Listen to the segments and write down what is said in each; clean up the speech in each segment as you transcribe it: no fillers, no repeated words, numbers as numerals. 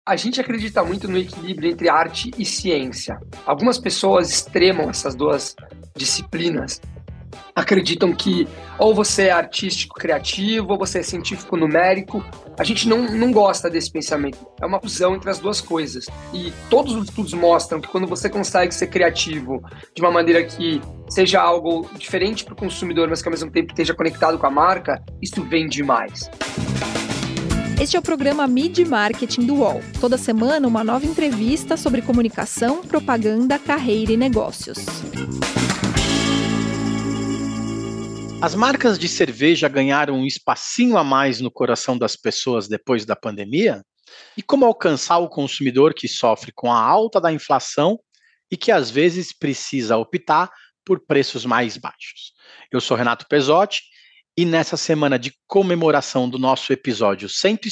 A gente acredita muito no equilíbrio entre arte e ciência. Algumas pessoas extremam essas duas disciplinas. Acreditam que ou você é artístico criativo, ou você é científico numérico. A gente não gosta desse pensamento. É uma fusão entre as duas coisas. E todos os estudos mostram que quando você consegue ser criativo de uma maneira que seja algo diferente para o consumidor, mas que ao mesmo tempo esteja conectado com a marca, isso vende mais. Este é o programa Mid Marketing do UOL. Toda semana, uma nova entrevista sobre comunicação, propaganda, carreira e negócios. As marcas de cerveja ganharam um espacinho a mais no coração das pessoas depois da pandemia? E como alcançar o consumidor que sofre com a alta da inflação e que às vezes precisa optar por preços mais baixos? Eu sou Renato Pesotti. E nessa semana de comemoração do nosso episódio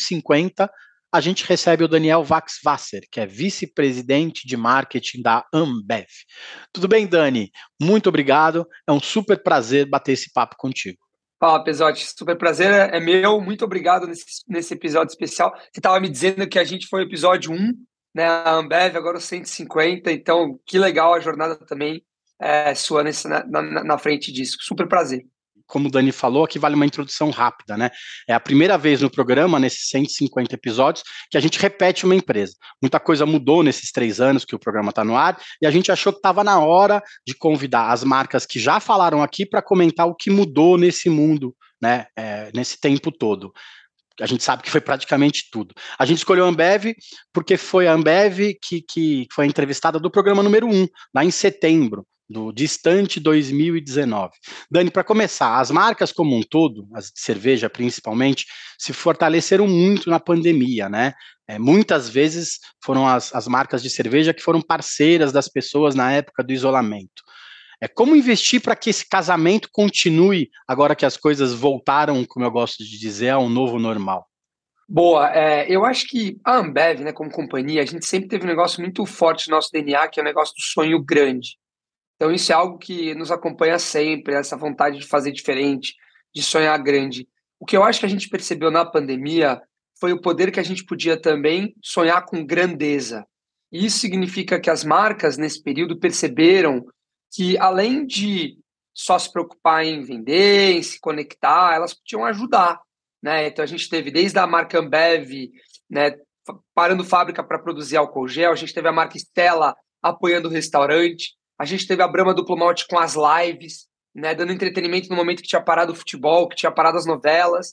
150, a gente recebe o Daniel Waxwasser, que é vice-presidente de marketing da Ambev. Tudo bem, Dani? Muito obrigado. É um super prazer bater esse papo contigo. Fala, Pesotti. Super prazer é meu. Muito obrigado nesse episódio especial. Você estava me dizendo que a gente foi o episódio 1, né? A Ambev, agora o 150. Então, que legal a jornada também sua na frente disso. Super prazer. Como o Dani falou, aqui vale uma introdução rápida, né? É a primeira vez no programa, nesses 150 episódios, que a gente repete uma empresa. Muita coisa mudou nesses 3 anos que o programa está no ar, e a gente achou que estava na hora de convidar as marcas que já falaram aqui para comentar o que mudou nesse mundo, né? Nesse tempo todo. A gente sabe que foi praticamente tudo. A gente escolheu a Ambev porque foi a Ambev que foi a entrevistada do programa número 1, lá em setembro, do distante 2019. Dani, para começar, as marcas como um todo, as de cerveja principalmente, se fortaleceram muito na pandemia, né? Muitas vezes foram as marcas de cerveja que foram parceiras das pessoas na época do isolamento. Como investir para que esse casamento continue agora que as coisas voltaram, como eu gosto de dizer, a um novo normal? Boa, eu acho que a Ambev, né, como companhia, a gente sempre teve um negócio muito forte no nosso DNA, que é o negócio do sonho grande. Então isso é algo que nos acompanha sempre, essa vontade de fazer diferente, de sonhar grande. O que eu acho que a gente percebeu na pandemia foi o poder que a gente podia também sonhar com grandeza. E isso significa que as marcas, nesse período, perceberam que, além de só se preocupar em vender, em se conectar, elas podiam ajudar, né? Então a gente teve desde a marca Ambev, né, parando fábrica para produzir álcool gel, a gente teve a marca Stella apoiando o restaurante, a gente teve a Brahma Duplo Malte com as lives, né, dando entretenimento no momento que tinha parado o futebol, que tinha parado as novelas.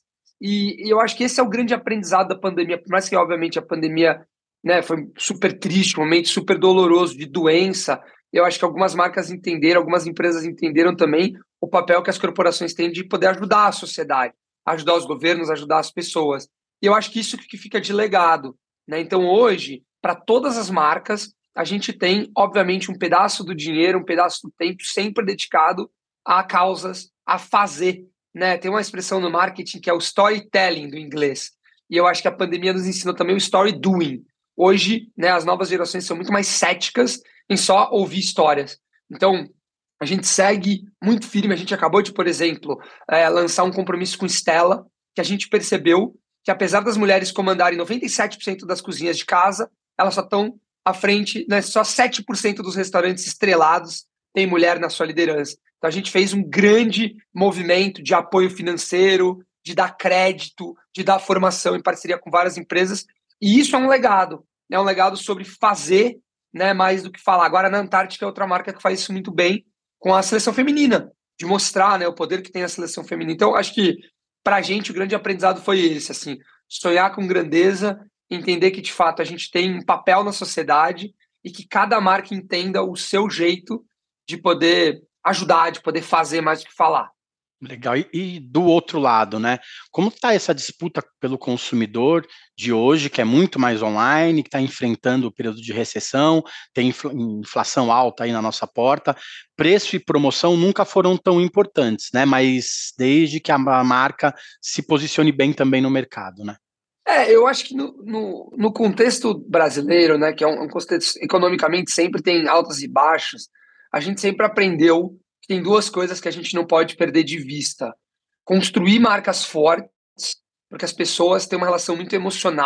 E eu acho que esse é o grande aprendizado da pandemia, por mais que, obviamente, a pandemia, né, foi super triste, um momento super doloroso de doença. Eu acho que algumas marcas entenderam, algumas empresas entenderam também o papel que as corporações têm de poder ajudar a sociedade, ajudar os governos, ajudar as pessoas. E eu acho que isso que fica de legado, né? Então, hoje, para todas as marcas, a gente tem, obviamente, um pedaço do dinheiro, um pedaço do tempo sempre dedicado a causas, a fazer, né? Tem uma expressão no marketing que é o storytelling do inglês. E eu acho que a pandemia nos ensinou também o story doing. Hoje, né, as novas gerações são muito mais céticas em só ouvir histórias. Então, a gente segue muito firme. A gente acabou de, por exemplo, lançar um compromisso com Stella, que a gente percebeu que, apesar das mulheres comandarem 97% das cozinhas de casa, elas só estão à frente, né, só 7% dos restaurantes estrelados tem mulher na sua liderança. Então a gente fez um grande movimento de apoio financeiro, de dar crédito, de dar formação em parceria com várias empresas, e isso é um legado sobre fazer, né, mais do que falar. Agora na Antártica é outra marca que faz isso muito bem com a seleção feminina, de mostrar, né, o poder que tem a seleção feminina. Então acho que para a gente o grande aprendizado foi esse, assim, sonhar com grandeza, entender que, de fato, a gente tem um papel na sociedade e que cada marca entenda o seu jeito de poder ajudar, de poder fazer mais do que falar. Legal. E do outro lado, né? Como está essa disputa pelo consumidor de hoje, que é muito mais online, que está enfrentando o período de recessão, tem inflação alta aí na nossa porta. Preço e promoção nunca foram tão importantes, né? Mas desde que a marca se posicione bem também no mercado, né? Eu acho que no contexto brasileiro, né, que é um contexto economicamente sempre tem altos e baixos, a gente sempre aprendeu que tem duas coisas que a gente não pode perder de vista. Construir marcas fortes, porque as pessoas têm uma relação muito emocional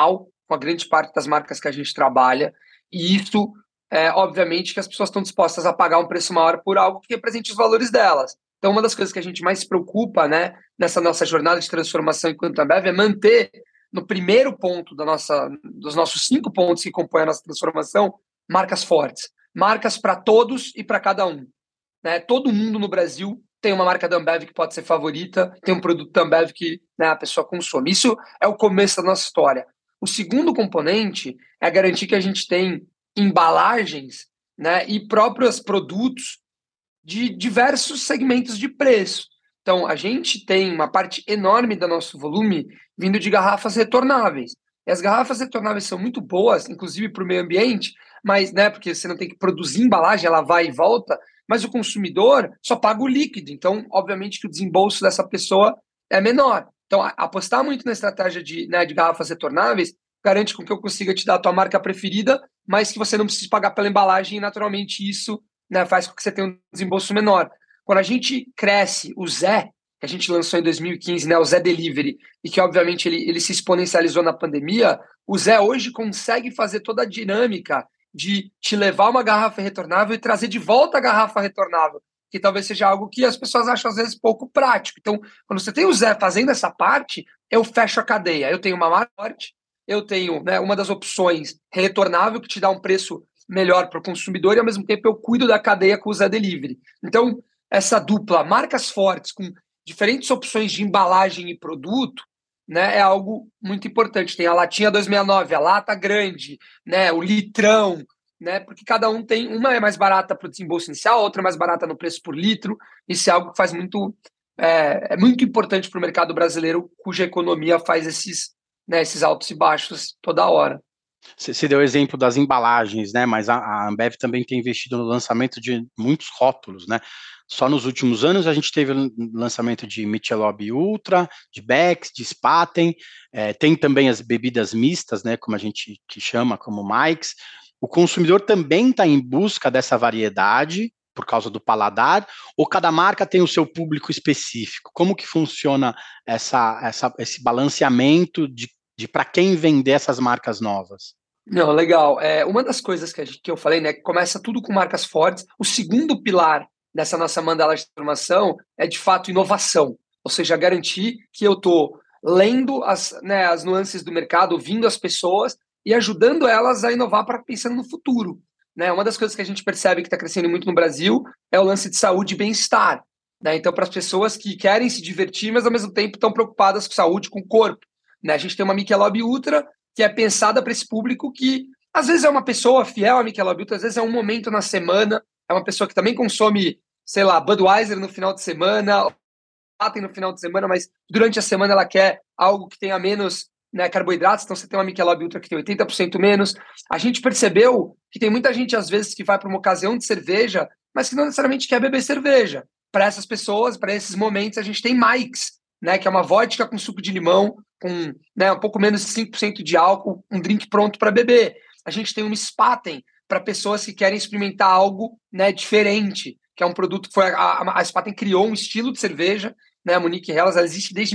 com a grande parte das marcas que a gente trabalha, e isso obviamente que as pessoas estão dispostas a pagar um preço maior por algo que represente os valores delas. Então, uma das coisas que a gente mais se preocupa, né, nessa nossa jornada de transformação enquanto Ambev é manter no primeiro ponto dos nossos 5 pontos que compõem a nossa transformação, marcas fortes. Marcas para todos e para cada um. Né? Todo mundo no Brasil tem uma marca da Ambev que pode ser favorita, tem um produto da Ambev que, né, a pessoa consome. Isso é o começo da nossa história. O segundo componente é garantir que a gente tem embalagens, né, e próprios produtos de diversos segmentos de preço. Então, a gente tem uma parte enorme do nosso volume vindo de garrafas retornáveis. E as garrafas retornáveis são muito boas, inclusive para o meio ambiente, mas, né, porque você não tem que produzir embalagem, ela vai e volta, mas o consumidor só paga o líquido. Então, obviamente que o desembolso dessa pessoa é menor. Então, apostar muito na estratégia de garrafas retornáveis garante com que eu consiga te dar a tua marca preferida, mas que você não precise pagar pela embalagem e, naturalmente, isso, né, faz com que você tenha um desembolso menor. Quando a gente cresce o Zé, que a gente lançou em 2015, né, o Zé Delivery, e que, obviamente, ele se exponencializou na pandemia, o Zé hoje consegue fazer toda a dinâmica de te levar uma garrafa retornável e trazer de volta a garrafa retornável, que talvez seja algo que as pessoas acham, às vezes, pouco prático. Então, quando você tem o Zé fazendo essa parte, eu fecho a cadeia. Eu tenho uma marca forte, eu tenho, né, uma das opções retornável, que te dá um preço melhor para o consumidor, e, ao mesmo tempo, eu cuido da cadeia com o Zé Delivery. Então, essa dupla, marcas fortes, com diferentes opções de embalagem e produto, né, é algo muito importante. Tem a latinha 269, a lata grande, né, o litrão, né, porque cada um tem, uma é mais barata para o desembolso inicial, a outra é mais barata no preço por litro. Isso é algo que faz muito, é muito importante para o mercado brasileiro, cuja economia faz esses altos e baixos toda hora. Você deu o exemplo das embalagens, né? Mas a Ambev também tem investido no lançamento de muitos rótulos, né? Só nos últimos anos a gente teve o lançamento de Michelob Ultra, de Beck's, de Spaten, tem também as bebidas mistas, né? Como a gente que chama, como Mike's. O consumidor também está em busca dessa variedade por causa do paladar, ou cada marca tem o seu público específico? Como que funciona esse balanceamento de para quem vender essas marcas novas? Não, legal. Uma das coisas que eu falei, né, que começa tudo com marcas fortes. O segundo pilar dessa nossa mandala de transformação é, de fato, inovação. Ou seja, garantir que eu estou lendo as nuances do mercado, ouvindo as pessoas e ajudando elas a inovar para pensando no futuro. Né? Uma das coisas que a gente percebe que está crescendo muito no Brasil é o lance de saúde e bem-estar. Né? Então, para as pessoas que querem se divertir, mas ao mesmo tempo estão preocupadas com saúde, com o corpo. Né? A gente tem uma Michelob Ultra que é pensada para esse público que, às vezes, é uma pessoa fiel à Michelob Ultra, às vezes é um momento na semana, é uma pessoa que também consome, sei lá, Budweiser no final de semana, tem no final de semana, mas durante a semana ela quer algo que tenha menos, né, carboidratos, então você tem uma Michelob Ultra que tem 80% menos. A gente percebeu que tem muita gente, às vezes, que vai para uma ocasião de cerveja, mas que não necessariamente quer beber cerveja. Para essas pessoas, para esses momentos, a gente tem Mike's, né, que é uma vodka com suco de limão, com, né, um pouco menos de 5% de álcool, um drink pronto para beber. A gente tem um Spaten para pessoas que querem experimentar algo, né, diferente, que é um produto que foi a Spaten criou um estilo de cerveja, né, a Monique Hellas, ela existe desde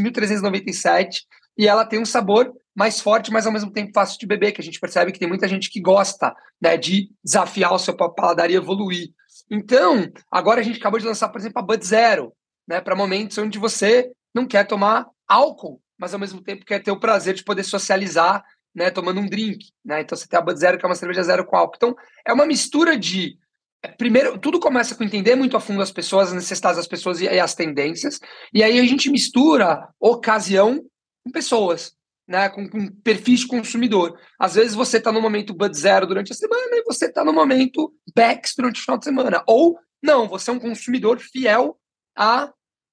1397 e ela tem um sabor mais forte, mas ao mesmo tempo fácil de beber, que a gente percebe que tem muita gente que gosta, né, de desafiar o seu paladar e evoluir. Então, agora a gente acabou de lançar, por exemplo, a Bud Zero, né, para momentos onde você não quer tomar álcool, mas ao mesmo tempo quer ter o prazer de poder socializar, né, tomando um drink, né? Então você tem a Bud Zero, que é uma cerveja zero com álcool. Então é uma mistura de, primeiro, tudo começa com entender muito a fundo as pessoas, as necessidades das pessoas e as tendências, e aí a gente mistura ocasião com pessoas, né, com perfis de consumidor. Às vezes você está no momento Bud Zero durante a semana e você está no momento Beck's durante o final de semana, ou não, você é um consumidor fiel a,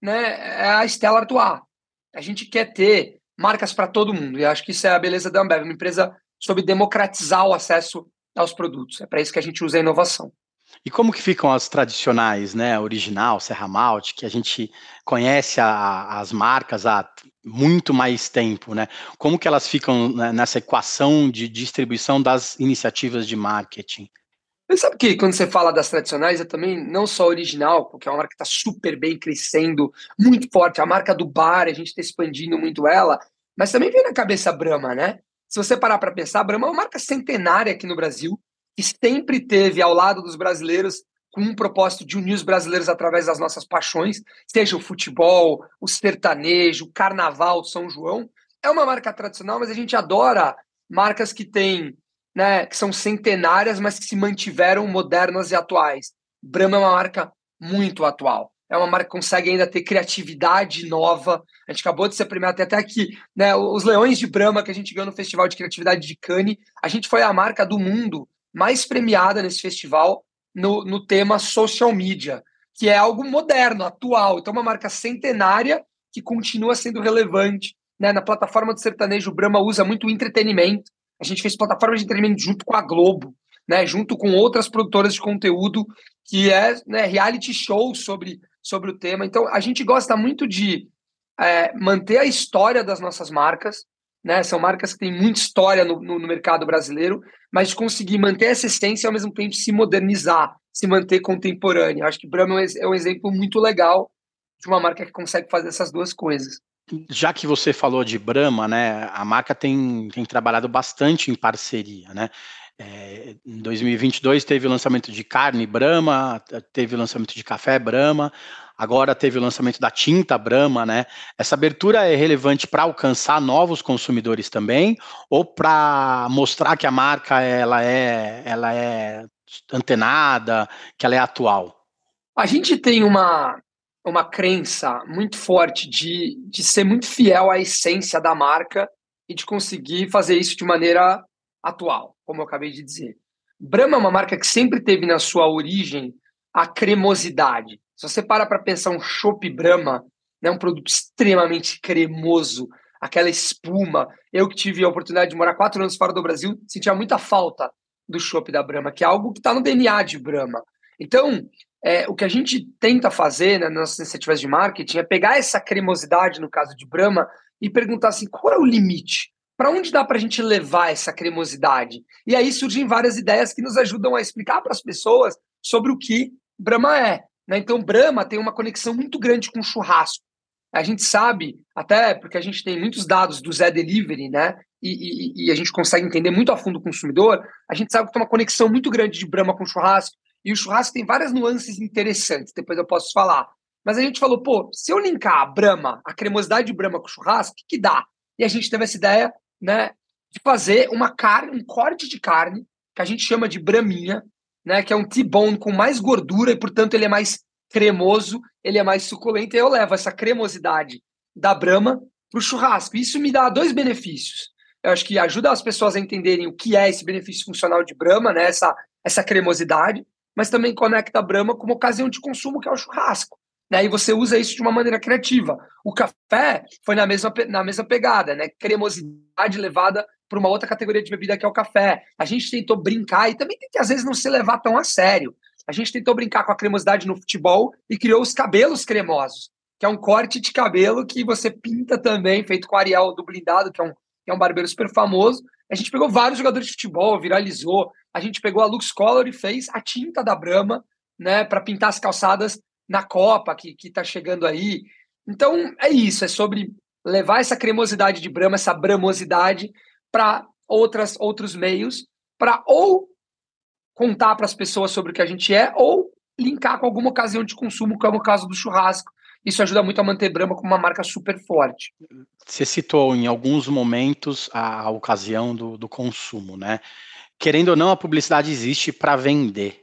né, a Stella Artois. A gente quer ter marcas para todo mundo, e acho que isso é a beleza da Ambev, uma empresa sobre democratizar o acesso aos produtos. É para isso que a gente usa a inovação. E como que ficam as tradicionais, né, Original, Serra Malte, que a gente conhece as marcas há muito mais tempo, né? Como que elas ficam, né, nessa equação de distribuição das iniciativas de marketing? Você sabe que quando você fala das tradicionais, é também não só Original, porque é uma marca que está super bem crescendo, muito forte, a marca do bar, a gente está expandindo muito ela, mas também vem na cabeça a Brahma, né? se você parar para pensar, a Brahma é uma marca centenária aqui no Brasil, que sempre teve ao lado dos brasileiros com um propósito de unir os brasileiros através das nossas paixões, seja o futebol, o sertanejo, o carnaval, o São João. É uma marca tradicional, mas a gente adora marcas que têm, né, que são centenárias, mas que se mantiveram modernas e atuais. Brahma é uma marca muito atual. É uma marca que consegue ainda ter criatividade nova. A gente acabou de ser premiado até aqui, né? Os Leões de Brahma que a gente ganhou no Festival de Criatividade de Cannes. A gente foi a marca do mundo mais premiada nesse festival no tema social media, que é algo moderno, atual. Então, uma marca centenária que continua sendo relevante, né? Na plataforma do sertanejo, o Brahma usa muito entretenimento. A gente fez plataforma de entretenimento junto com a Globo, né? Junto com outras produtoras de conteúdo, que é, né, reality show sobre o tema. Então, a gente gosta muito de manter a história das nossas marcas, né? São marcas que têm muita história no mercado brasileiro, mas de conseguir manter essa essência e, ao mesmo tempo, se modernizar, se manter contemporânea. Acho que Brahma é um exemplo muito legal de uma marca que consegue fazer essas duas coisas. Já que você falou de Brahma, né, a marca tem trabalhado bastante em parceria, né? Em 2022 teve o lançamento de carne Brahma, teve o lançamento de café Brahma, agora teve o lançamento da tinta Brahma, né? Essa abertura é relevante para alcançar novos consumidores também, ou para mostrar que a marca ela é antenada, que ela é atual? A gente tem uma crença muito forte de ser muito fiel à essência da marca e de conseguir fazer isso de maneira atual, como eu acabei de dizer. Brahma é uma marca que sempre teve na sua origem a cremosidade. Se você para pensar um chopp Brahma, né, um produto extremamente cremoso, aquela espuma. Eu que tive a oportunidade de morar 4 anos fora do Brasil, sentia muita falta do chopp da Brahma, que é algo que está no DNA de Brahma. Então, o que a gente tenta fazer, né, nas nossas iniciativas de marketing é pegar essa cremosidade, no caso de Brahma, e perguntar assim, qual é o limite? Para onde dá para a gente levar essa cremosidade? E aí surgem várias ideias que nos ajudam a explicar para as pessoas sobre o que Brahma é, né? Então, Brahma tem uma conexão muito grande com churrasco. A gente sabe, até porque a gente tem muitos dados do Zé Delivery, né? E a gente consegue entender muito a fundo o consumidor, a gente sabe que tem uma conexão muito grande de Brahma com churrasco, e o churrasco tem várias nuances interessantes, depois eu posso falar. Mas a gente falou, pô, se eu linkar a Brahma, a cremosidade de Brahma com churrasco, o que dá? E a gente teve essa ideia, né, de fazer um corte de carne, que a gente chama de braminha, né, que é um T-bone com mais gordura e, portanto, ele é mais cremoso, ele é mais suculento, e eu levo essa cremosidade da Brahma para o churrasco. Isso me dá 2 benefícios. Eu acho que ajuda as pessoas a entenderem o que é esse benefício funcional de Brahma, né, essa cremosidade, mas também conecta a Brahma com uma ocasião de consumo, que é o churrasco. Né? E você usa isso de uma maneira criativa. O café foi na mesma pegada, né? Cremosidade levada para uma outra categoria de bebida, que é o café. A gente tentou brincar, e também tem que, às vezes, não se levar tão a sério. A gente tentou brincar com a cremosidade no futebol e criou os cabelos cremosos, que é um corte de cabelo que você pinta também, feito com o Ariel do Blindado, que é um barbeiro super famoso. A gente pegou vários jogadores de futebol, viralizou. A gente pegou a Lux Color e fez a tinta da Brahma, né, para pintar as calçadas na Copa, que está chegando aí. Então, é isso, é sobre levar essa cremosidade de Brahma, essa bramosidade, para outros meios, para ou contar para as pessoas sobre o que a gente é, ou linkar com alguma ocasião de consumo, como é o caso do churrasco. Isso ajuda muito a manter Brahma como uma marca super forte. Você citou em alguns momentos a ocasião do consumo, né? Querendo ou não, a publicidade existe para vender.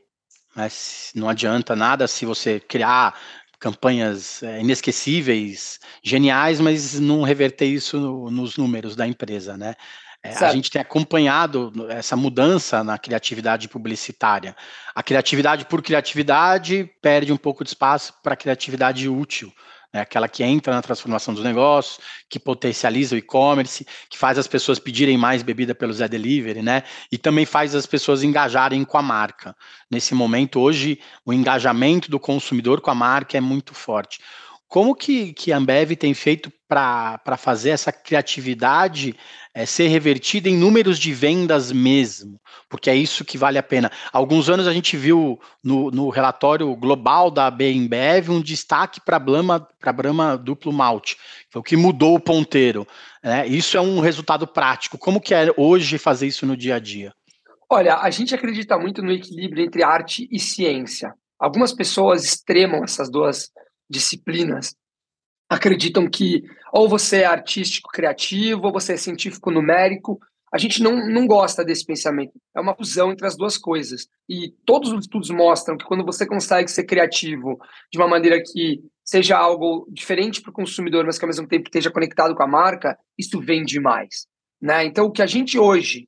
Mas não adianta nada se você criar campanhas inesquecíveis, geniais, mas não reverter isso nos números da empresa, né? A gente tem acompanhado essa mudança na criatividade publicitária. A criatividade por criatividade perde um pouco de espaço para a criatividade útil, né? Aquela que entra na transformação dos negócios, que potencializa o e-commerce, que faz as pessoas pedirem mais bebida pelo Zé Delivery, né? E também faz as pessoas engajarem com a marca. Nesse momento, hoje, o engajamento do consumidor com a marca é muito forte. Como que a Ambev tem feito para fazer essa criatividade ser revertida em números de vendas mesmo? Porque é isso que vale a pena. Há alguns anos a gente viu no relatório global da Ambev um destaque para a Brahma Duplo Malte, foi o que mudou o ponteiro. Né? Isso é um resultado prático. Como que é hoje fazer isso no dia a dia? Olha, a gente acredita muito no equilíbrio entre arte e ciência. Algumas pessoas extremam essas duas disciplinas, acreditam que ou você é artístico criativo ou você é científico numérico. A gente não gosta desse pensamento. É uma fusão entre as duas coisas. E todos os estudos mostram que quando você consegue ser criativo de uma maneira que seja algo diferente para o consumidor, mas que ao mesmo tempo esteja conectado com a marca, isso vende mais. Né? Então, o que a gente hoje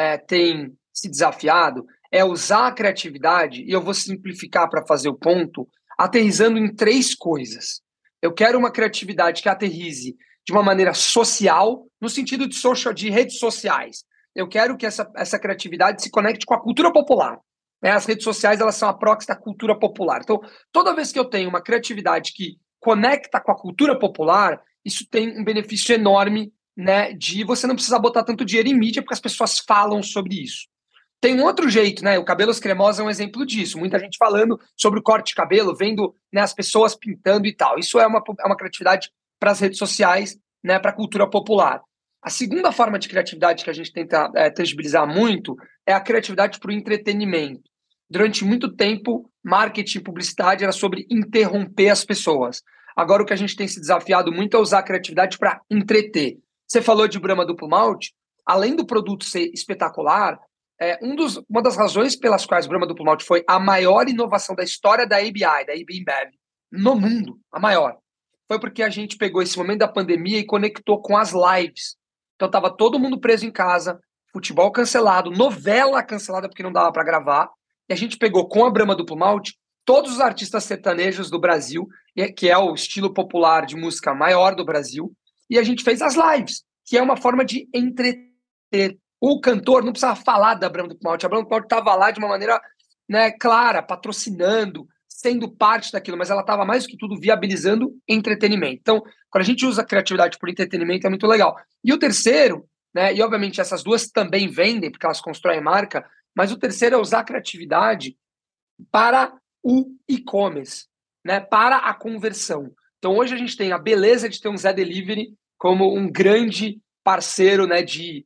tem se desafiado é usar a criatividade, e eu vou simplificar para fazer o ponto, aterrissando em 3 coisas. Eu quero uma criatividade que aterrize de uma maneira social, no sentido de redes sociais. Eu quero que essa criatividade se conecte com a cultura popular. As redes sociais, elas são a proxy da cultura popular. Então, toda vez que eu tenho uma criatividade que conecta com a cultura popular, isso tem um benefício enorme, né, de você não precisar botar tanto dinheiro em mídia, porque as pessoas falam sobre isso. Tem um outro jeito, né? O Cabelos Cremosos é um exemplo disso. Muita gente falando sobre o corte de cabelo, vendo, né, as pessoas pintando e tal. Isso é uma criatividade para as redes sociais, né, para a cultura popular. A segunda forma de criatividade que a gente tenta tangibilizar muito é a criatividade para o entretenimento. Durante muito tempo, marketing e publicidade era sobre interromper as pessoas. Agora, o que a gente tem se desafiado muito é usar a criatividade para entreter. Você falou de Brahma Duplo Malte. Além do produto ser espetacular, uma das razões pelas quais Brahma Duplo Malte foi a maior inovação da história da AB InBev, no mundo, a maior, foi porque a gente pegou esse momento da pandemia e conectou com as lives. Então estava todo mundo preso em casa, futebol cancelado, novela cancelada porque não dava para gravar, e a gente pegou com a Brahma Duplo Malte todos os artistas sertanejos do Brasil, que é o estilo popular de música maior do Brasil, e a gente fez as lives, que é uma forma de entreter. O cantor não precisava falar da Brahma Duplo Malte. A Brahma Duplo Malte estava lá de uma maneira, né, clara, patrocinando, sendo parte daquilo, mas ela estava mais do que tudo viabilizando entretenimento. Então, quando a gente usa a criatividade por entretenimento, é muito legal. E o terceiro, né, e obviamente essas duas também vendem, porque elas constroem marca, mas o terceiro é usar a criatividade para o e-commerce, né, para a conversão. Então, hoje a gente tem a beleza de ter um Zé Delivery como um grande parceiro, né, de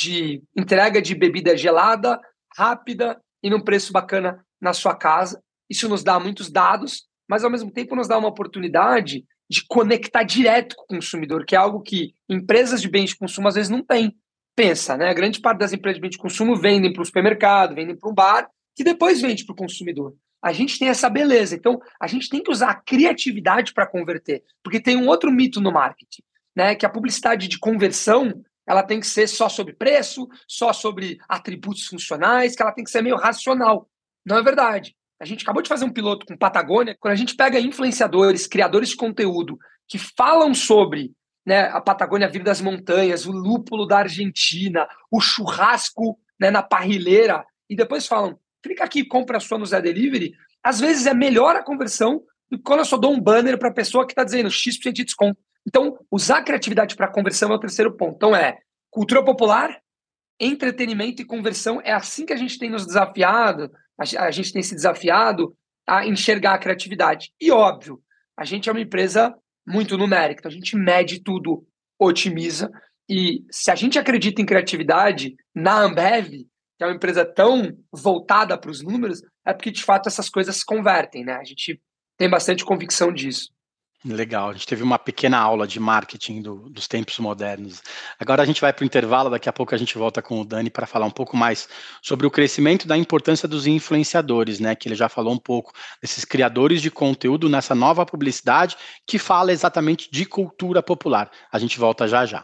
entrega de bebida gelada, rápida e num preço bacana na sua casa. Isso nos dá muitos dados, mas ao mesmo tempo nos dá uma oportunidade de conectar direto com o consumidor, que é algo que empresas de bens de consumo às vezes não têm. Pensa, né? A grande parte das empresas de bens de consumo vendem para o supermercado, vendem para um bar, que depois vende para o consumidor. A gente tem essa beleza. Então, a gente tem que usar a criatividade para converter, porque tem um outro mito no marketing, né? Que a publicidade de conversão ela tem que ser só sobre preço, só sobre atributos funcionais, que ela tem que ser meio racional. Não é verdade. A gente acabou de fazer um piloto com Patagônia, quando a gente pega influenciadores, criadores de conteúdo, que falam sobre, né, a Patagônia vir das montanhas, o lúpulo da Argentina, o churrasco, né, na parrilheira, e depois falam, clica aqui e compra a sua no Zé Delivery, às vezes é melhor a conversão do que quando eu só dou um banner para a pessoa que está dizendo X% de desconto. Então, usar a criatividade para conversão é o terceiro ponto. Então, cultura popular, entretenimento e conversão. É assim que a gente tem nos desafiado, a gente tem se desafiado a enxergar a criatividade. E, óbvio, a gente é uma empresa muito numérica, então a gente mede tudo, otimiza. E se a gente acredita em criatividade, na Ambev, que é uma empresa tão voltada para os números, é porque, de fato, essas coisas se convertem, né? A gente tem bastante convicção disso. Legal, a gente teve uma pequena aula de marketing dos tempos modernos. Agora a gente vai para o intervalo, daqui a pouco a gente volta com o Dani para falar um pouco mais sobre o crescimento da importância dos influenciadores, né? Que ele já falou um pouco desses criadores de conteúdo nessa nova publicidade que fala exatamente de cultura popular. A gente volta já já.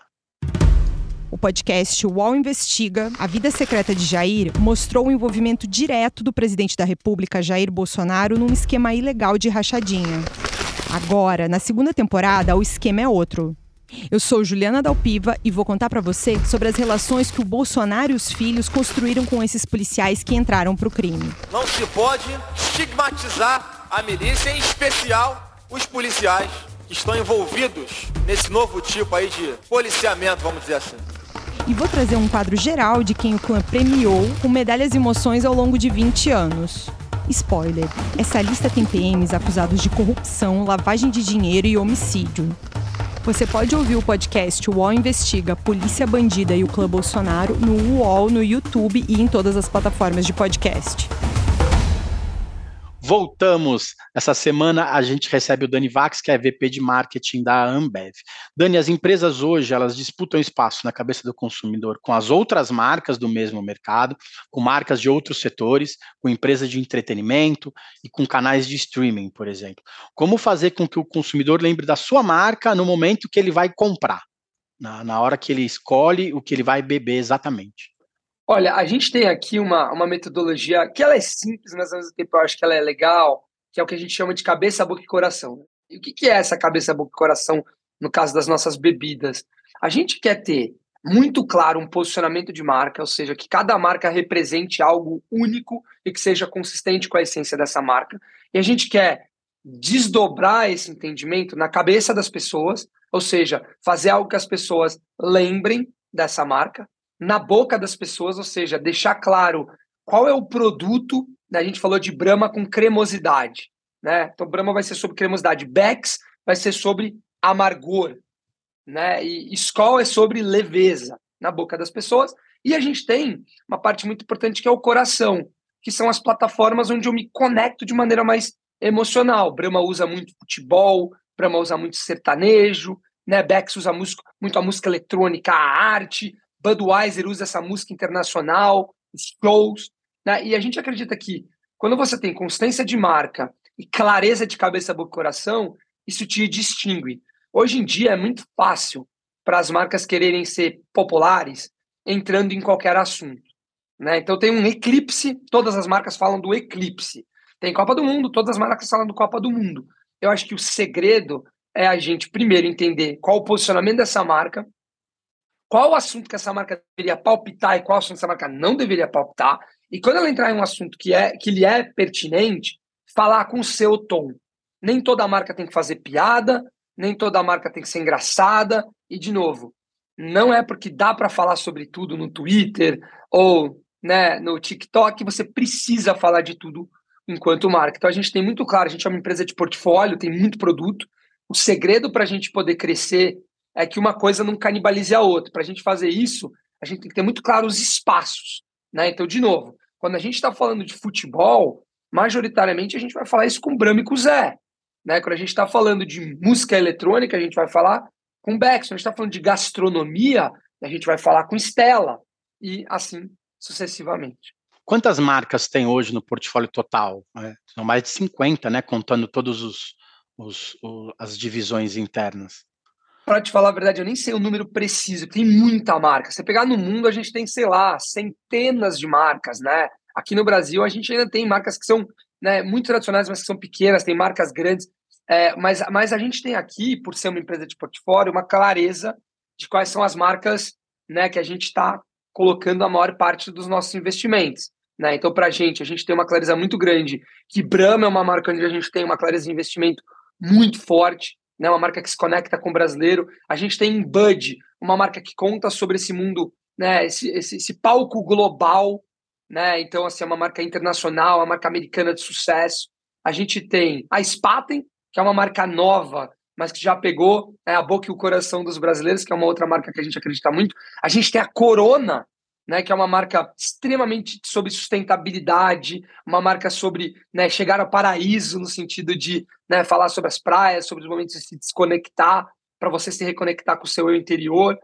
O podcast UOL Investiga, A Vida Secreta de Jair, mostrou o envolvimento direto do presidente da República, Jair Bolsonaro, num esquema ilegal de rachadinha. Agora, na segunda temporada, o esquema é outro. Eu sou Juliana Dalpiva e vou contar para você sobre as relações que o Bolsonaro e os filhos construíram com esses policiais que entraram para o crime. Não se pode estigmatizar a milícia, em especial os policiais. que estão envolvidos nesse novo tipo aí de policiamento, vamos dizer assim. E vou trazer um quadro geral de quem o clã premiou com medalhas e emoções ao longo de 20 anos. Spoiler, essa lista tem PMs acusados de corrupção, lavagem de dinheiro e homicídio. Você pode ouvir o podcast UOL Investiga, Polícia Bandida e o Clã Bolsonaro no UOL, no YouTube e em todas as plataformas de podcast. Voltamos. Essa semana a gente recebe o Dani Vax, que é VP de Marketing da Ambev. Dani, as empresas hoje, elas disputam espaço na cabeça do consumidor com as outras marcas do mesmo mercado, com marcas de outros setores, com empresas de entretenimento e com canais de streaming, por exemplo. Como fazer com que o consumidor lembre da sua marca no momento que ele vai comprar, na hora que ele escolhe o que ele vai beber exatamente? Olha, a gente tem aqui uma metodologia que ela é simples, mas ao mesmo tempo eu acho que ela é legal, que é o que a gente chama de cabeça, boca e coração. E o que é essa cabeça, boca e coração no caso das nossas bebidas? A gente quer ter muito claro um posicionamento de marca, ou seja, que cada marca represente algo único e que seja consistente com a essência dessa marca. E a gente quer desdobrar esse entendimento na cabeça das pessoas, ou seja, fazer algo que as pessoas lembrem dessa marca, na boca das pessoas, ou seja, deixar claro qual é o produto, né? A gente falou de Brahma com cremosidade, né? Então, Brahma vai ser sobre cremosidade, Beck's vai ser sobre amargor, né? E Skol é sobre leveza na boca das pessoas. E a gente tem uma parte muito importante que é o coração, que são as plataformas onde eu me conecto de maneira mais emocional. Brahma usa muito futebol, Brahma usa muito sertanejo, né? Beck's usa muito a música eletrônica, a arte, Budweiser usa essa música internacional, os shows, né? E a gente acredita que quando você tem consistência de marca e clareza de cabeça, boca e coração, isso te distingue. Hoje em dia é muito fácil para as marcas quererem ser populares entrando em qualquer assunto, né? Então tem um eclipse, todas as marcas falam do eclipse. Tem Copa do Mundo, todas as marcas falam do Copa do Mundo. Eu acho que o segredo é a gente primeiro entender qual o posicionamento dessa marca, qual o assunto que essa marca deveria palpitar e qual assunto essa marca não deveria palpitar, e quando ela entrar em um assunto que lhe é pertinente, falar com o seu tom. Nem toda marca tem que fazer piada, nem toda marca tem que ser engraçada, e de novo, não é porque dá para falar sobre tudo no Twitter ou, né, no TikTok que você precisa falar de tudo enquanto marca. Então a gente tem muito claro, a gente é uma empresa de portfólio, tem muito produto, o segredo para a gente poder crescer é que uma coisa não canibalize a outra. Para a gente fazer isso, a gente tem que ter muito claro os espaços, né? Então, de novo, quando a gente está falando de futebol, majoritariamente a gente vai falar isso com Brahma e com Zé, né? Quando a gente está falando de música eletrônica, a gente vai falar com Beck's. Quando a gente está falando de gastronomia, a gente vai falar com Stella, e assim sucessivamente. Quantas marcas tem hoje no portfólio total? São mais de 50, né? Contando todos as divisões internas. Para te falar a verdade, eu nem sei o número preciso, tem muita marca. Se você pegar no mundo, a gente tem, sei lá, centenas de marcas, né? Aqui no Brasil, a gente ainda tem marcas que são, né, muito tradicionais, mas que são pequenas, tem marcas grandes. Mas a gente tem aqui, por ser uma empresa de portfólio, uma clareza de quais são as marcas, né, que a gente está colocando a maior parte dos nossos investimentos, né? Então, para a gente tem uma clareza muito grande que Brahma é uma marca onde a gente tem uma clareza de investimento muito forte, né, uma marca que se conecta com o brasileiro. A gente tem Bud, uma marca que conta sobre esse mundo, né, esse palco global, né? Então, assim, é uma marca internacional, uma marca americana de sucesso. A gente tem a Spaten, que é uma marca nova, mas que já pegou, né, a boca e o coração dos brasileiros, que é uma outra marca que a gente acredita muito. A gente tem a Corona, né, que é uma marca extremamente sobre sustentabilidade, uma marca sobre, né, chegar ao paraíso, no sentido de, né, falar sobre as praias, sobre os momentos de se desconectar, para você se reconectar com o seu eu interior.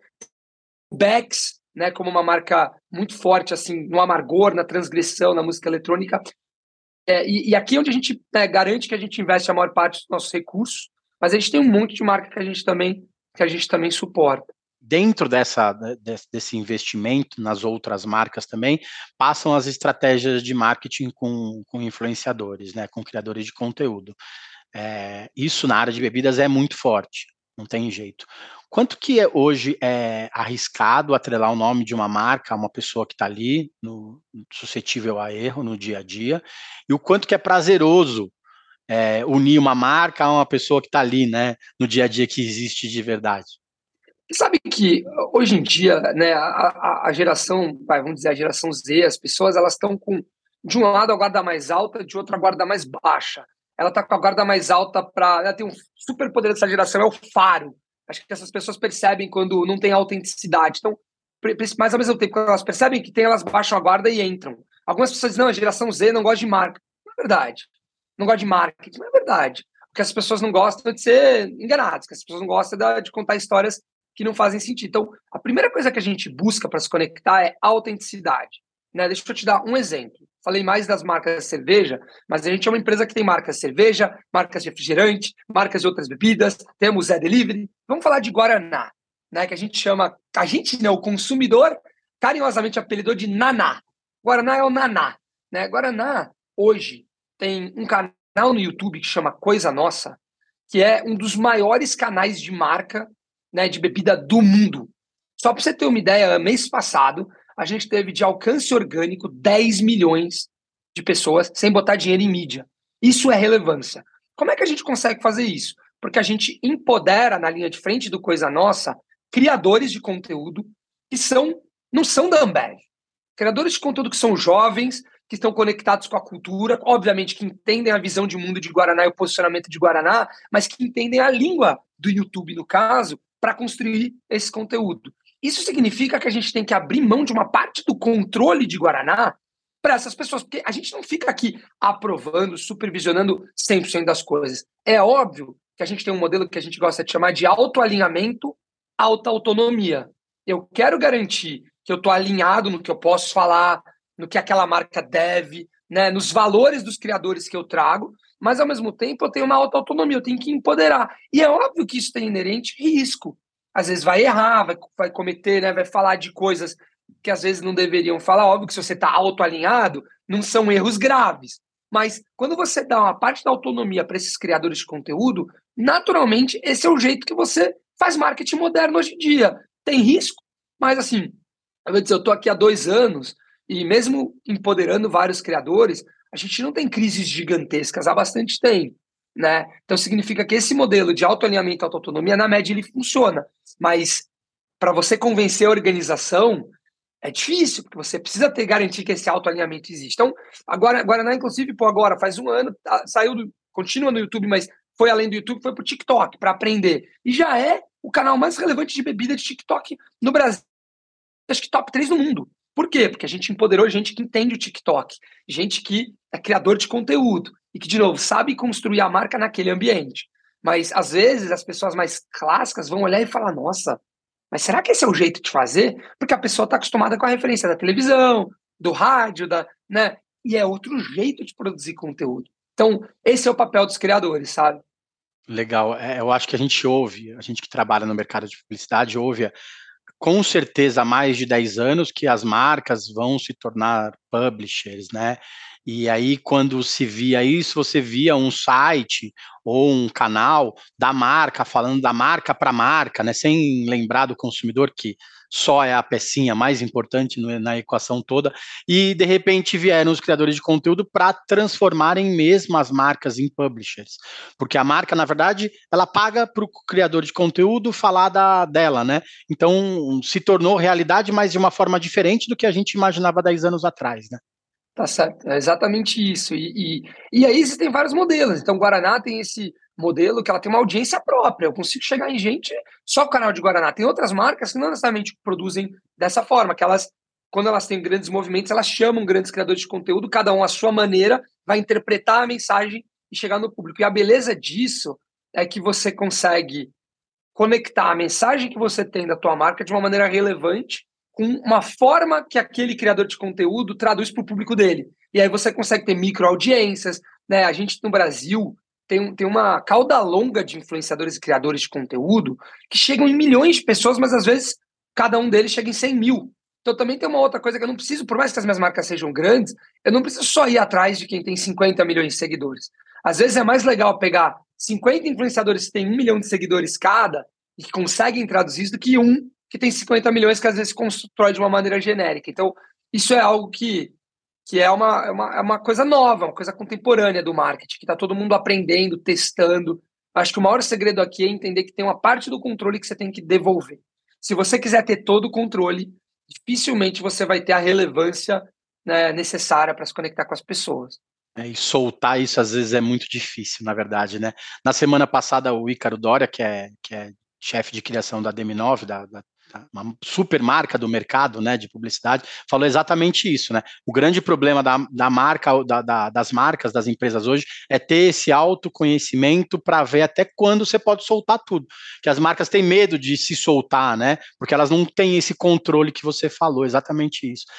Beck's, né, como uma marca muito forte assim, no amargor, na transgressão, na música eletrônica. E aqui é onde a gente, né, garante que a gente investe a maior parte dos nossos recursos, mas a gente tem um monte de marca que a gente também suporta. Dentro desse investimento nas outras marcas também, passam as estratégias de marketing com influenciadores, né, com criadores de conteúdo. Isso na área de bebidas é muito forte, não tem jeito. Quanto que hoje é arriscado atrelar o nome de uma marca a uma pessoa que está ali, suscetível a erro no dia a dia, e o quanto que é prazeroso unir uma marca a uma pessoa que está ali, né, no dia a dia, que existe de verdade? Você sabe que hoje em dia, né, a geração, vamos dizer, a geração Z, as pessoas elas estão com, de um lado, a guarda mais alta, de outro, a guarda mais baixa. Ela está com a guarda mais alta ela tem um super poder dessa geração, é o faro. Acho que essas pessoas percebem quando não tem autenticidade. Então, mas ao mesmo tempo, quando elas percebem que tem, elas baixam a guarda e entram. Algumas pessoas dizem, não, a geração Z não gosta de marca. Não é verdade. Não gosta de marketing, não é verdade. Porque as pessoas não gostam de ser enganadas, que as pessoas não gostam de contar histórias que não fazem sentido. Então, a primeira coisa que a gente busca para se conectar é autenticidade. Né? Deixa eu te dar um exemplo. Falei mais das marcas de cerveja, mas a gente é uma empresa que tem marcas de cerveja, marcas de refrigerante, marcas de outras bebidas, temos Zé Delivery. Vamos falar de Guaraná, né? Que a gente chama, o consumidor, carinhosamente apelidou de Naná. Guaraná é o Naná. Né? Guaraná, hoje, tem um canal no YouTube que chama Coisa Nossa, que é um dos maiores canais de marca, né, de bebida do mundo. Só para você ter uma ideia, mês passado, a gente teve de alcance orgânico 10 milhões de pessoas sem botar dinheiro em mídia. Isso é relevância. Como é que a gente consegue fazer isso? Porque a gente empodera na linha de frente do Coisa Nossa criadores de conteúdo que não são da Ambev. Criadores de conteúdo que são jovens, que estão conectados com a cultura, obviamente que entendem a visão de mundo de Guaraná e o posicionamento de Guaraná, mas que entendem a língua do YouTube, no caso, para construir esse conteúdo. Isso significa que a gente tem que abrir mão de uma parte do controle de Guaraná para essas pessoas, porque a gente não fica aqui aprovando, supervisionando 100% das coisas. É óbvio que a gente tem um modelo que a gente gosta de chamar de autoalinhamento, alta autonomia. Eu quero garantir que eu estou alinhado no que eu posso falar, no que aquela marca deve, né, nos valores dos criadores que eu trago, mas, ao mesmo tempo, eu tenho uma alta autonomia, eu tenho que empoderar. E é óbvio que isso tem inerente risco. Às vezes vai errar, vai cometer, né, vai falar de coisas que às vezes não deveriam falar. Óbvio que se você está autoalinhado, não são erros graves. Mas quando você dá uma parte da autonomia para esses criadores de conteúdo, naturalmente, esse é o jeito que você faz marketing moderno hoje em dia. Tem risco, mas assim, eu estou aqui há 2 anos e mesmo empoderando vários criadores, a gente não tem crises gigantescas, há bastante tempo, né? Então significa que esse modelo de autoalinhamento e autoautonomia, na média, ele funciona. Mas para você convencer a organização, é difícil, porque você precisa ter garantia que esse autoalinhamento existe. Então, Guaraná, inclusive, agora faz 1 ano, continua no YouTube, mas foi além do YouTube, foi para o TikTok, para aprender. E já é o canal mais relevante de bebida de TikTok no Brasil. Acho que top 3 no mundo. Por quê? Porque a gente empoderou gente que entende o TikTok, gente que é criador de conteúdo e que, de novo, sabe construir a marca naquele ambiente. Mas, às vezes, as pessoas mais clássicas vão olhar e falar, nossa, mas será que esse é o jeito de fazer? Porque a pessoa está acostumada com a referência da televisão, do rádio, né? E é outro jeito de produzir conteúdo. Então, esse é o papel dos criadores, sabe? Legal. Eu acho que a gente que trabalha no mercado de publicidade, ouve com certeza há mais de 10 anos que as marcas vão se tornar publishers, né? E aí, quando se via isso, você via um site ou um canal da marca, falando da marca para marca, né? Sem lembrar do consumidor, que só é a pecinha mais importante na equação toda, e de repente vieram os criadores de conteúdo para transformarem mesmo as marcas em publishers, porque a marca, na verdade, ela paga para o criador de conteúdo falar dela, né? Então se tornou realidade, mas de uma forma diferente do que a gente imaginava 10 anos atrás, né? Tá certo, é exatamente isso. E aí existem vários modelos. Então, Guaraná tem esse modelo que ela tem uma audiência própria. Eu consigo chegar em gente só com o canal de Guaraná. Tem outras marcas que não necessariamente produzem dessa forma, que elas, quando elas têm grandes movimentos, elas chamam grandes criadores de conteúdo, cada um à sua maneira, vai interpretar a mensagem e chegar no público. E a beleza disso é que você consegue conectar a mensagem que você tem da tua marca de uma maneira relevante com uma forma que aquele criador de conteúdo traduz para o público dele. E aí você consegue ter micro-audiências, né? A gente, no Brasil, tem uma cauda longa de influenciadores e criadores de conteúdo que chegam em milhões de pessoas, mas às vezes cada um deles chega em 100 mil. Então também tem uma outra coisa que eu não preciso, por mais que as minhas marcas sejam grandes, eu não preciso só ir atrás de quem tem 50 milhões de seguidores. Às vezes é mais legal pegar 50 influenciadores que têm 1 milhão de seguidores cada e que conseguem traduzir isso do que que tem 50 milhões que às vezes se constrói de uma maneira genérica. Então, isso é algo que que é uma coisa nova, uma coisa contemporânea do marketing, que está todo mundo aprendendo, testando. Acho que o maior segredo aqui é entender que tem uma parte do controle que você tem que devolver. Se você quiser ter todo o controle, dificilmente você vai ter a relevância, né, necessária para se conectar com as pessoas. E soltar isso às vezes é muito difícil, na verdade, né? Na semana passada, o Ícaro Doria, que é chefe de criação da DM9, uma super marca do mercado, né, de publicidade, falou exatamente isso, né? O grande problema da marca, das marcas, das empresas hoje, é ter esse autoconhecimento para ver até quando você pode soltar tudo. Que as marcas têm medo de se soltar, né? Porque elas não têm esse controle que você falou, exatamente isso.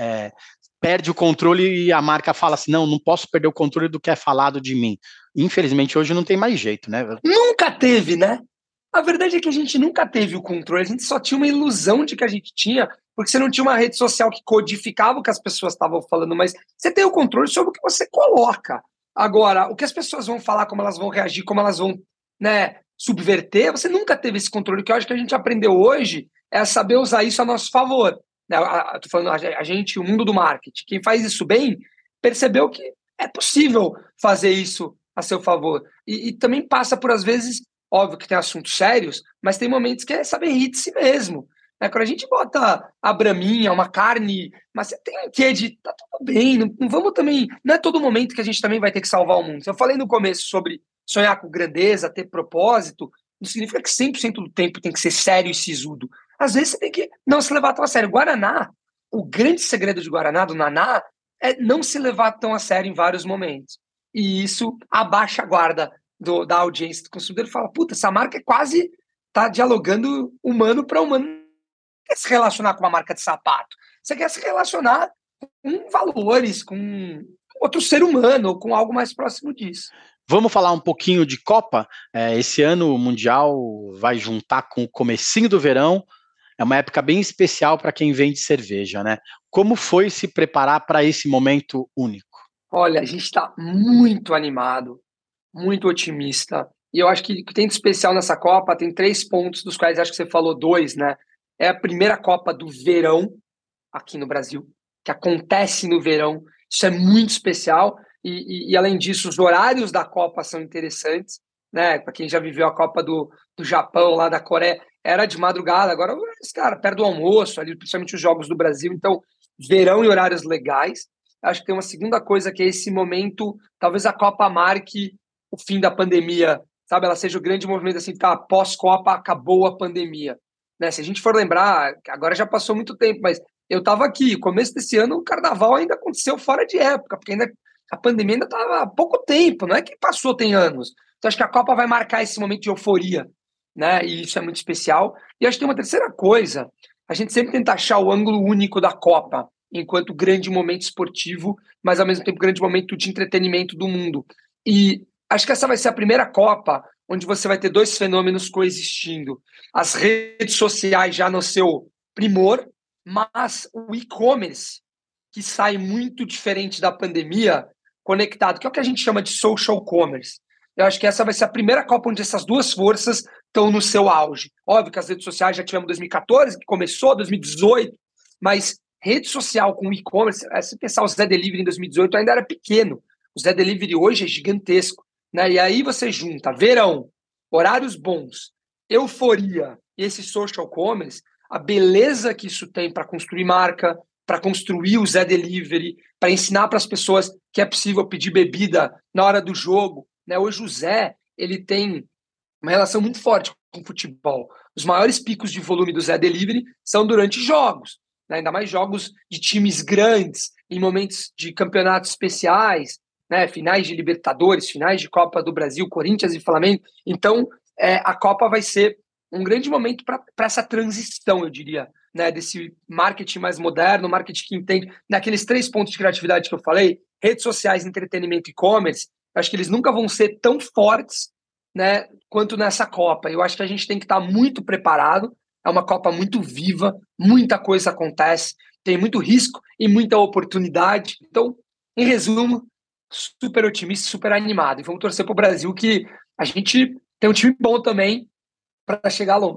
Perde o controle e a marca fala assim, não posso perder o controle do que é falado de mim. Infelizmente, hoje não tem mais jeito, né? Nunca teve, né? A verdade é que a gente nunca teve o controle, a gente só tinha uma ilusão de que a gente tinha, porque você não tinha uma rede social que codificava o que as pessoas estavam falando, mas você tem o controle sobre o que você coloca. Agora, o que as pessoas vão falar, como elas vão reagir, como elas vão, né, subverter, você nunca teve esse controle. O que eu acho que a gente aprendeu hoje é saber usar isso a nosso favor. Estou falando a gente, o mundo do marketing. Quem faz isso bem, percebeu que é possível fazer isso a seu favor. E também passa por, às vezes, óbvio que tem assuntos sérios, mas tem momentos que é saber rir de si mesmo. Né? Quando a gente bota a braminha, uma carne, mas você tem um quê de tá tudo bem, não vamos também. Não é todo momento que a gente também vai ter que salvar o mundo. Eu falei no começo sobre sonhar com grandeza, ter propósito, não significa que 100% do tempo tem que ser sério e sisudo. Às vezes você tem que não se levar tão a sério. Guaraná, o grande segredo de Guaraná, do Naná, é não se levar tão a sério em vários momentos. E isso abaixa a guarda da audiência do consumidor e fala, puta, essa marca quase tá dialogando humano para humano. Não quer se relacionar com uma marca de sapato. Você quer se relacionar com valores, com outro ser humano, ou com algo mais próximo disso. Vamos falar um pouquinho de Copa? Esse ano o Mundial vai juntar com o comecinho do verão. É uma época bem especial para quem vende cerveja, né? Como foi se preparar para esse momento único? Olha, a gente está muito animado, muito otimista. E eu acho que o que tem de especial nessa Copa tem 3 pontos, dos quais acho que você falou 2, né? É a primeira Copa do verão aqui no Brasil, que acontece no verão. Isso é muito especial. E além disso, os horários da Copa são interessantes, né? Para quem já viveu a Copa do Japão, lá da Coreia, era de madrugada. Agora, cara, perto do almoço, ali, principalmente os jogos do Brasil. Então, verão e horários legais. Acho que tem uma segunda coisa que é esse momento, talvez a Copa marque o fim da pandemia, sabe? Ela seja o grande movimento assim, tá, pós-Copa acabou a pandemia. Né? Se a gente for lembrar, agora já passou muito tempo, mas eu estava aqui, começo desse ano, o carnaval ainda aconteceu fora de época, porque ainda a pandemia ainda estava há pouco tempo, não é que passou tem anos. Então acho que a Copa vai marcar esse momento de euforia, né? E isso é muito especial. E acho que tem uma terceira coisa, a gente sempre tenta achar o ângulo único da Copa, enquanto grande momento esportivo, mas ao mesmo tempo grande momento de entretenimento do mundo. E acho que essa vai ser a primeira Copa onde você vai ter 2 fenômenos coexistindo. As redes sociais já no seu primor, mas o e-commerce, que sai muito diferente da pandemia, conectado, que é o que a gente chama de social commerce. Eu acho que essa vai ser a primeira Copa onde essas 2 forças estão no seu auge. Óbvio que as redes sociais já tivemos 2014, que começou, 2018, mas rede social com e-commerce, se pensar o Zé Delivery em 2018 ainda era pequeno. O Zé Delivery hoje é gigantesco. Né? E aí você junta verão, horários bons, euforia e esse social commerce, a beleza que isso tem para construir marca, para construir o Zé Delivery, para ensinar para as pessoas que é possível pedir bebida na hora do jogo. Né? Hoje o Zé ele tem uma relação muito forte com o futebol. Os maiores picos de volume do Zé Delivery são durante jogos, né? Ainda mais jogos de times grandes, em momentos de campeonatos especiais, né? Finais de Libertadores, finais de Copa do Brasil, Corinthians e Flamengo. Então, a Copa vai ser um grande momento para essa transição, eu diria, né? Desse marketing mais moderno, marketing que entende, naqueles 3 pontos de criatividade que eu falei, redes sociais, entretenimento e e-commerce, acho que eles nunca vão ser tão fortes, né, quanto nessa Copa. Eu acho que a gente tem que estar muito preparado. É uma Copa muito viva, muita coisa acontece, tem muito risco e muita oportunidade. Então, em resumo, super otimista, super animado. E vamos torcer para o Brasil, que a gente tem um time bom também para chegar longe.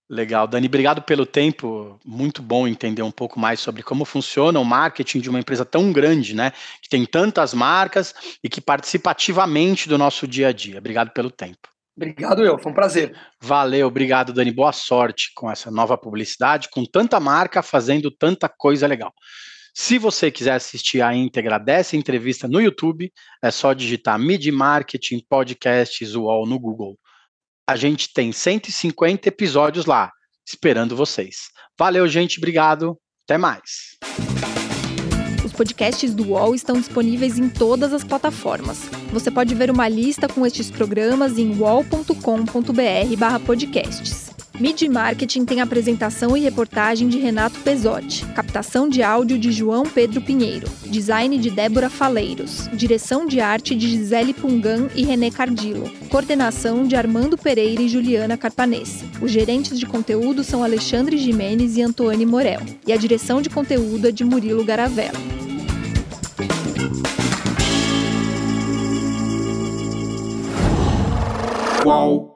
Legal, Dani, obrigado pelo tempo, muito bom entender um pouco mais sobre como funciona o marketing de uma empresa tão grande, né, que tem tantas marcas e que participa ativamente do nosso dia a dia. Obrigado pelo tempo. Obrigado foi um prazer. Valeu, obrigado, Dani, boa sorte com essa nova publicidade, com tanta marca fazendo tanta coisa legal. Se você quiser assistir a íntegra dessa entrevista no YouTube, é só digitar Mid Marketing Podcasts UOL no Google. A gente tem 150 episódios lá, esperando vocês. Valeu, gente, obrigado, até mais. Os podcasts do UOL estão disponíveis em todas as plataformas. Você pode ver uma lista com estes programas em uol.com.br/podcasts. Mid Marketing tem apresentação e reportagem de Renato Pesotti, captação de áudio de João Pedro Pinheiro, design de Débora Faleiros, direção de arte de Gisele Pungan e René Cardillo, coordenação de Armando Pereira e Juliana Carpanese. Os gerentes de conteúdo são Alexandre Jimenez e Antoine Morel, e a direção de conteúdo é de Murilo Garavella. Uau!